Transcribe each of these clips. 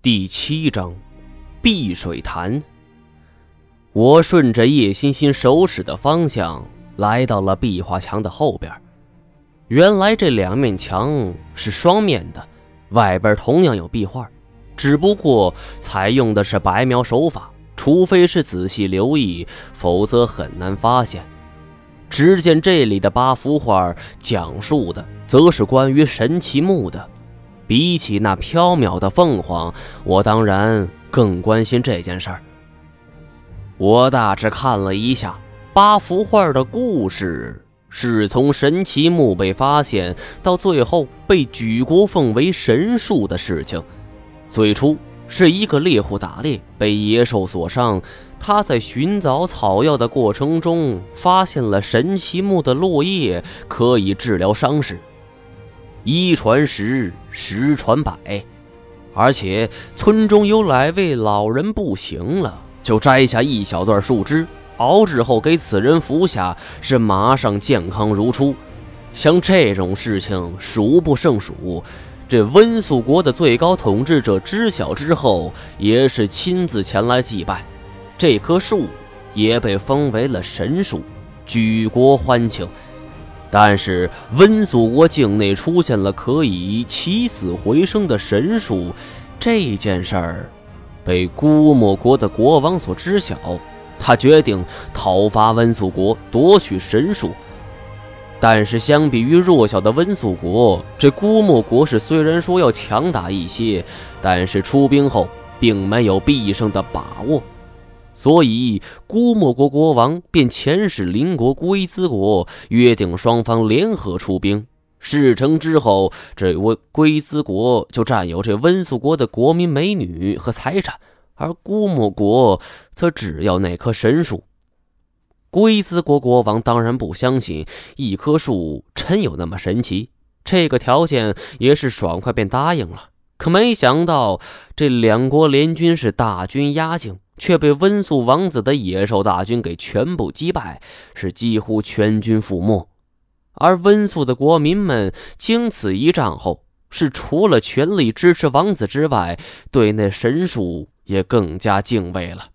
第7章碧水潭。我顺着叶欣欣手指的方向来到了壁画墙的后边。原来这两面墙是双面的，外边同样有壁画，只不过采用的是白描手法，除非是仔细留意，否则很难发现。只见这里的8幅画讲述的则是关于神奇木的，比起那缥缈的凤凰，我当然更关心这件事儿。我大致看了一下8幅画的故事，是从神奇木被发现到最后被举国奉为神树的事情。最初是一个猎户打猎被野兽所伤，他在寻找草药的过程中发现了神奇木的落叶可以治疗伤势。1传10，10传100，而且村中有哪位老人不行了，就摘下一小段树枝，熬制后给此人服下，是马上健康如初。像这种事情数不胜数，这温宿国的最高统治者知晓之后，也是亲自前来祭拜。这棵树也被封为了神树，举国欢庆。但是温宿国境内出现了可以起死回生的神树，这件事儿被姑墨国的国王所知晓，他决定讨伐温宿国，夺取神树。但是相比于弱小的温宿国，这姑墨国是虽然说要强大一些，但是出兵后并没有必胜的把握。所以姑墨国国王便遣使邻国龟兹国，约定双方联合出兵。事成之后，这龟兹国就占有这温宿国的国民美女和财产，而姑墨国则只要那棵神树。龟兹国国王当然不相信一棵树真有那么神奇，这个条件也是爽快便答应了。可没想到这两国联军是大军压境，却被温宿王子的野兽大军给全部击败，是几乎全军覆没。而温宿的国民们经此一战后，是除了全力支持王子之外，对那神树也更加敬畏了。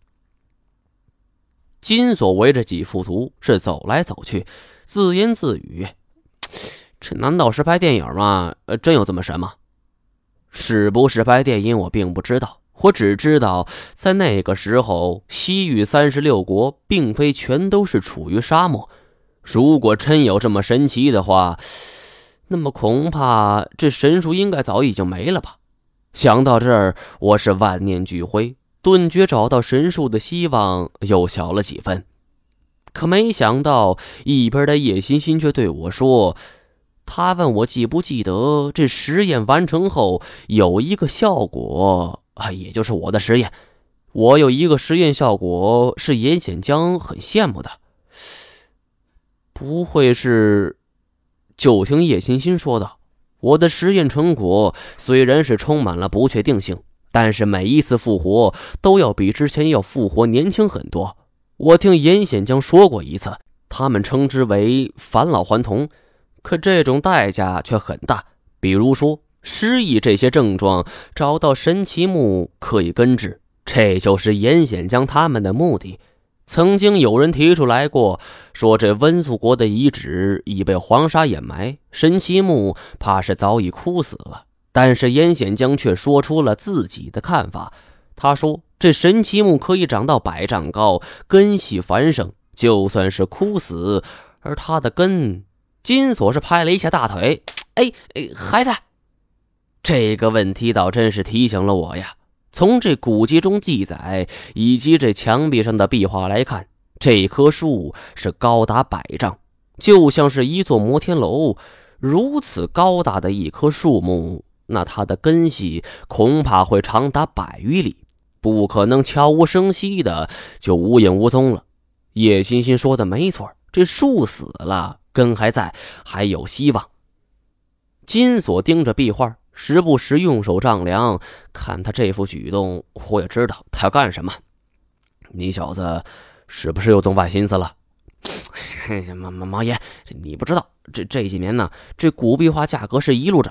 金锁围着几幅图是走来走去，自言自语：这难道是拍电影吗？真有这么神吗？是不是拍电影我并不知道，我只知道在那个时候，西域36国并非全都是处于沙漠。如果真有这么神奇的话，那么恐怕这神树应该早已经没了吧。想到这儿，我是万念俱灰，顿觉找到神树的希望又小了几分。可没想到一边的叶欣欣却对我说，他问我记不记得这实验完成后有一个效果，也就是我的实验。我有一个实验效果是严显江很羡慕的。不会是……就听叶欣欣说道，我的实验成果虽然是充满了不确定性，但是每一次复活都要比之前要复活年轻很多。我听严显江说过一次，他们称之为返老还童，可这种代价却很大。比如说失忆这些症状，找到神奇木可以根治，这就是严显江他们的目的。曾经有人提出来过，说这温宿国的遗址已被黄沙掩埋，神奇木怕是早已枯死了。但是严显江却说出了自己的看法，他说这神奇木可以长到100丈高，根系繁盛，就算是枯死，而它的根……金锁是拍了一下大腿，还在。这个问题倒真是提醒了我呀。从这古籍中记载以及这墙壁上的壁画来看，这棵树是高达100丈，就像是一座摩天楼。如此高大的一棵树木，那它的根系恐怕会长达100余里，不可能悄无声息的就无影无踪了。叶欣欣说的没错，这树死了，根还在，还有希望。金锁盯着壁画，时不时用手丈量，看他这副举动，我也知道他要干什么。你小子是不是又动坏心思了？毛爷，你不知道，这几年呢，这古壁画价格是一路涨高，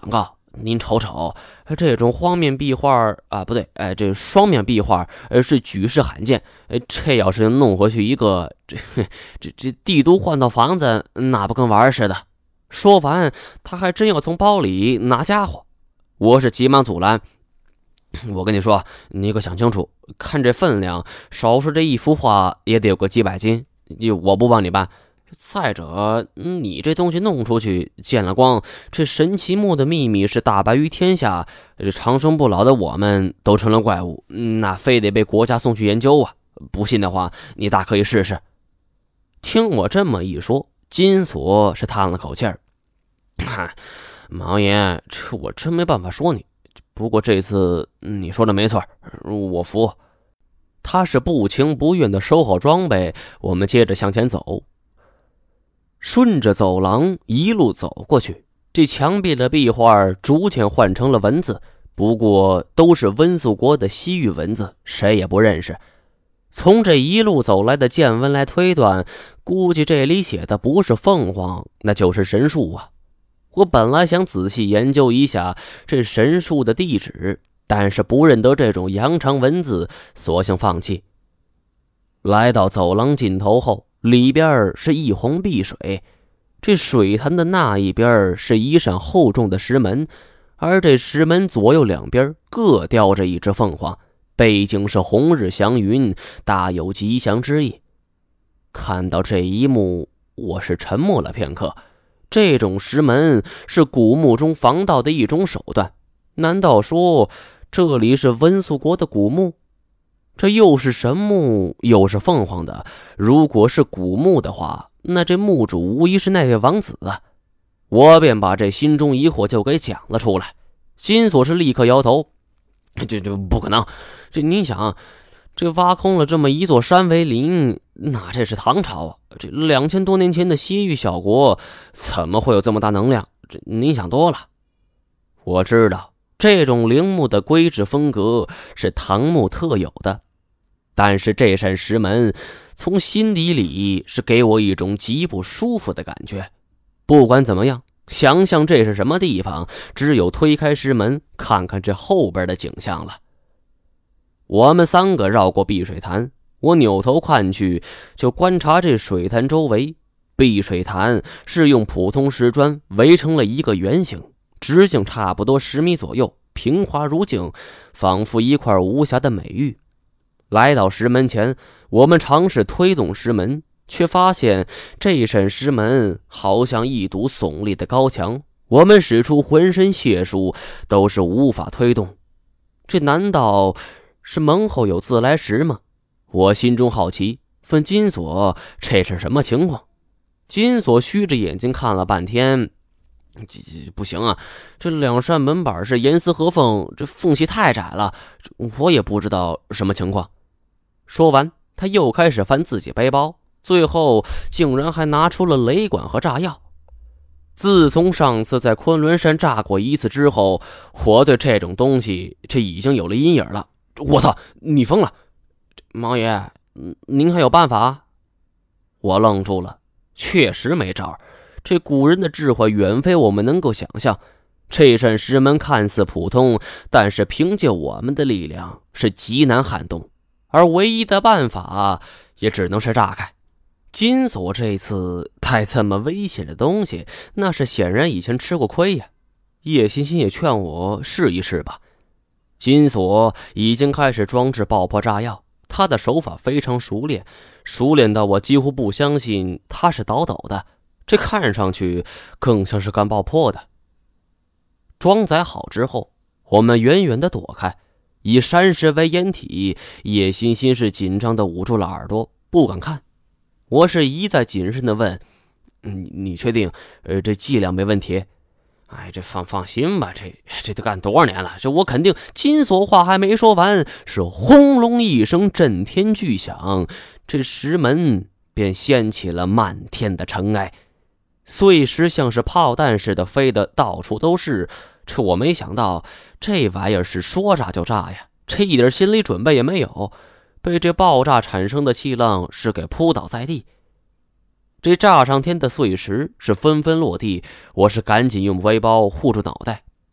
您瞅瞅，这种荒面壁画啊，不对，这双面壁画，是举世罕见。这要是弄回去一个，这帝都换套房子，那不跟玩似的。说完，他还真要从包里拿家伙，我是急忙阻拦。我跟你说，你可想清楚，看这分量，少说这一幅画也得有个几百斤，我不帮你办。再者，你这东西弄出去见了光，这神奇木的秘密是大白于天下，这长生不老的我们都成了怪物，那非得被国家送去研究啊！不信的话，你大可以试试。听我这么一说，金锁是叹了口气儿：“毛爷，这我真没办法说你。不过这次你说的没错，我服。”他是不情不愿地收好装备，我们接着向前走。顺着走廊一路走过去，这墙壁的壁画逐渐换成了文字，不过都是温宿国的西域文字，谁也不认识。从这一路走来的见闻来推断，估计这里写的不是凤凰，那就是神树啊。我本来想仔细研究一下这神树的地址，但是不认得这种羊肠文字，索性放弃。来到走廊尽头后，里边是一泓碧水，这水潭的那一边是一扇厚重的石门，而这石门左右两边各吊着一只凤凰，背景是红日祥云，大有吉祥之意。看到这一幕，我是沉默了片刻。这种石门是古墓中防盗的一种手段，难道说这里是温宿国的古墓？这又是神木又是凤凰的，如果是古墓的话，那这墓主无疑是那位王子啊！我便把这心中疑惑就给讲了出来。金锁是立刻摇头：“这不可能！这您想，这挖空了这么一座山为陵，那这是唐朝啊！这2000多年前的西域小国，怎么会有这么大能量？这您想多了。”我知道这种陵墓的规制风格是唐墓特有的，但是这扇石门从心底里是给我一种极不舒服的感觉。不管怎么样，想象这是什么地方，只有推开石门看看这后边的景象了。我们3个绕过碧水潭，我扭头看去，就观察这水潭周围。碧水潭是用普通石砖围成了一个圆形，直径差不多10米左右，平滑如镜，仿佛一块无瑕的美玉。来到石门前，我们尝试推动石门，却发现这扇石门好像一堵耸立的高墙，我们使出浑身解数都是无法推动。这难道是门后有自来石吗？我心中好奇，问金锁这是什么情况。金锁虚着眼睛看了半天，不行啊，这2扇门板是严丝合缝，这缝隙太窄了，我也不知道什么情况。说完，他又开始翻自己背包，最后竟然还拿出了雷管和炸药。自从上次在昆仑山炸过一次之后，我对这种东西这已经有了阴影了。我操，你疯了！毛爷，您还有办法？我愣住了，确实没招。这古人的智慧远非我们能够想象。这扇石门看似普通，但是凭借我们的力量是极难撼动，而唯一的办法也只能是炸开。金锁这次带这么危险的东西，那是显然以前吃过亏呀。叶欣欣也劝我试一试吧。金锁已经开始装置爆破炸药，他的手法非常熟练，熟练到我几乎不相信他是倒斗的，这看上去更像是干爆破的。装载好之后，我们远远地躲开，以山石为掩体，叶欣欣是紧张地捂住了耳朵，不敢看。我是一再谨慎地问：“你确定这剂量没问题？”这放心吧，这都干多少年了，这我肯定。金锁话还没说完，是轰隆一声震天巨响，这石门便掀起了漫天的尘埃，碎石像是炮弹似的飞得到处都是。这我没想到，这玩意儿是说炸就炸呀，这一点心理准备也没有，被这爆炸产生的气浪是给扑倒在地。这炸上天的碎石是纷纷落地，我是赶紧用背包护住脑袋。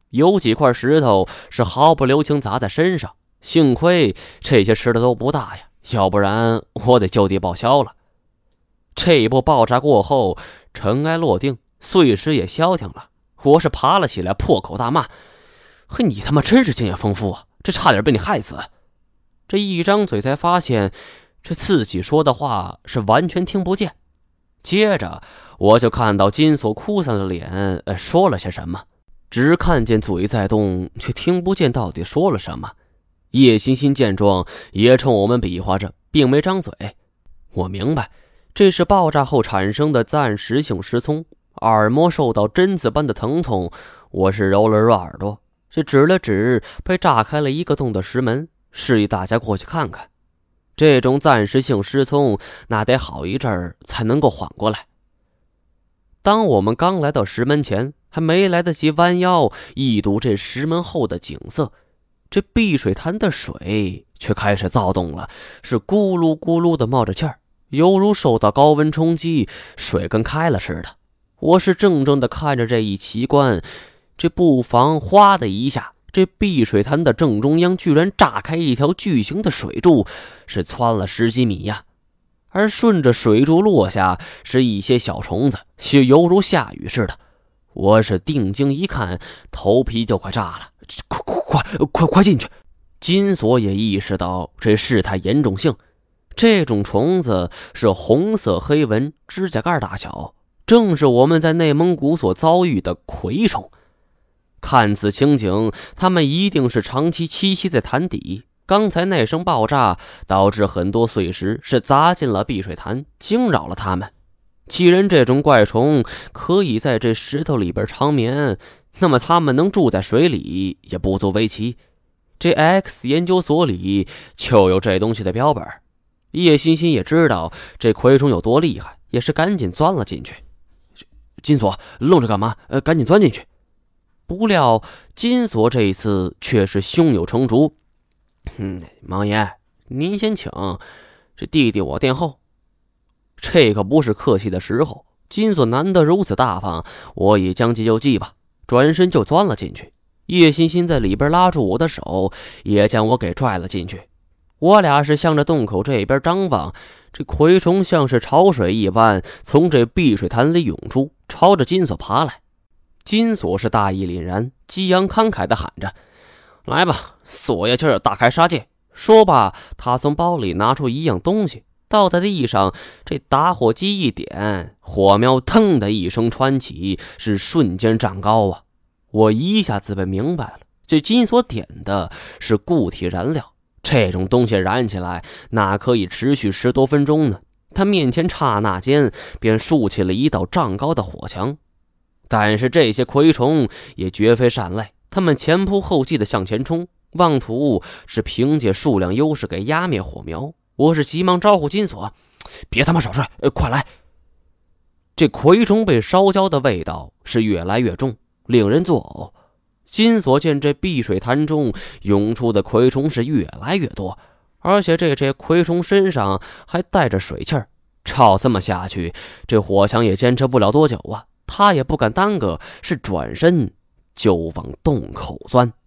有几块石头是毫不留情砸在身上，幸亏这些石头都不大呀，要不然我得就地报销了。这一波爆炸过后，尘埃落定，碎石也消停了，我是爬了起来，破口大骂：嘿，你他妈真是经验丰富啊，这差点被你害死。这一张嘴才发现这自己说的话是完全听不见。接着我就看到金锁哭丧着脸说了些什么，只看见嘴在动，却听不见到底说了什么。叶欣欣见状也冲我们比划着，并没张嘴。我明白这是爆炸后产生的暂时性失聪，耳膜受到针子般的疼痛。我是揉了揉耳朵，这指了指被炸开了一个洞的石门，示意大家过去看看。这种暂时性失聪那得好一阵儿才能够缓过来。当我们刚来到石门前，还没来得及弯腰一睹这石门后的景色，这碧水潭的水却开始躁动了，是咕噜咕噜的冒着气儿，犹如受到高温冲击，水跟开了似的。我是怔怔地看着这一奇观，这不妨哗的一下，这碧水潭的正中央居然炸开一条巨型的水柱，是窜了10几米呀。而顺着水柱落下是一些小虫子，却犹如下雨似的。我是定睛一看，头皮就快炸了，快进去！金锁也意识到这事态严重性，这种虫子是红色黑纹，指甲盖大小，正是我们在内蒙古所遭遇的蛔虫。看此情景，它们一定是长期栖息在潭底。刚才那声爆炸导致很多碎石是砸进了碧水潭，惊扰了它们。既然这种怪虫可以在这石头里边长眠，那么它们能住在水里也不足为奇。这 X 研究所里就有这东西的标本。叶欣欣也知道这蛔虫有多厉害，也是赶紧钻了进去。金锁，愣着干嘛？赶紧钻进去！不料金锁这一次却是胸有成竹。王爷，您先请，这弟弟我殿后。这可不是客气的时候，金锁难得如此大方，我也将计就计吧，转身就钻了进去。叶欣欣在里边拉住我的手，也将我给拽了进去。我俩是向着洞口这边张望，这蛔虫像是潮水一般从这碧水潭里涌出，朝着金锁爬来。金锁是大义凛然，激昂慷慨地喊着：来吧，锁爷今儿大开杀戒！说罢，他从包里拿出一样东西，倒在地上，这打火机一点，火苗腾的一声窜起，是瞬间涨高啊！我一下子被明白了，这金锁点的是固体燃料，这种东西燃起来哪可以持续10多分钟呢？他面前刹那间便竖起了一道丈高的火墙。但是这些蛔虫也绝非善类，他们前仆后继地向前冲，妄图是凭借数量优势给压灭火苗。我是急忙招呼金锁：别他妈少睡，快来！这蛔虫被烧焦的味道是越来越重，令人作呕。金锁见这碧水潭中涌出的蛔虫是越来越多，而且这蛔虫身上还带着水气儿，照这么下去，这火墙也坚持不了多久啊！他也不敢耽搁，是转身就往洞口钻。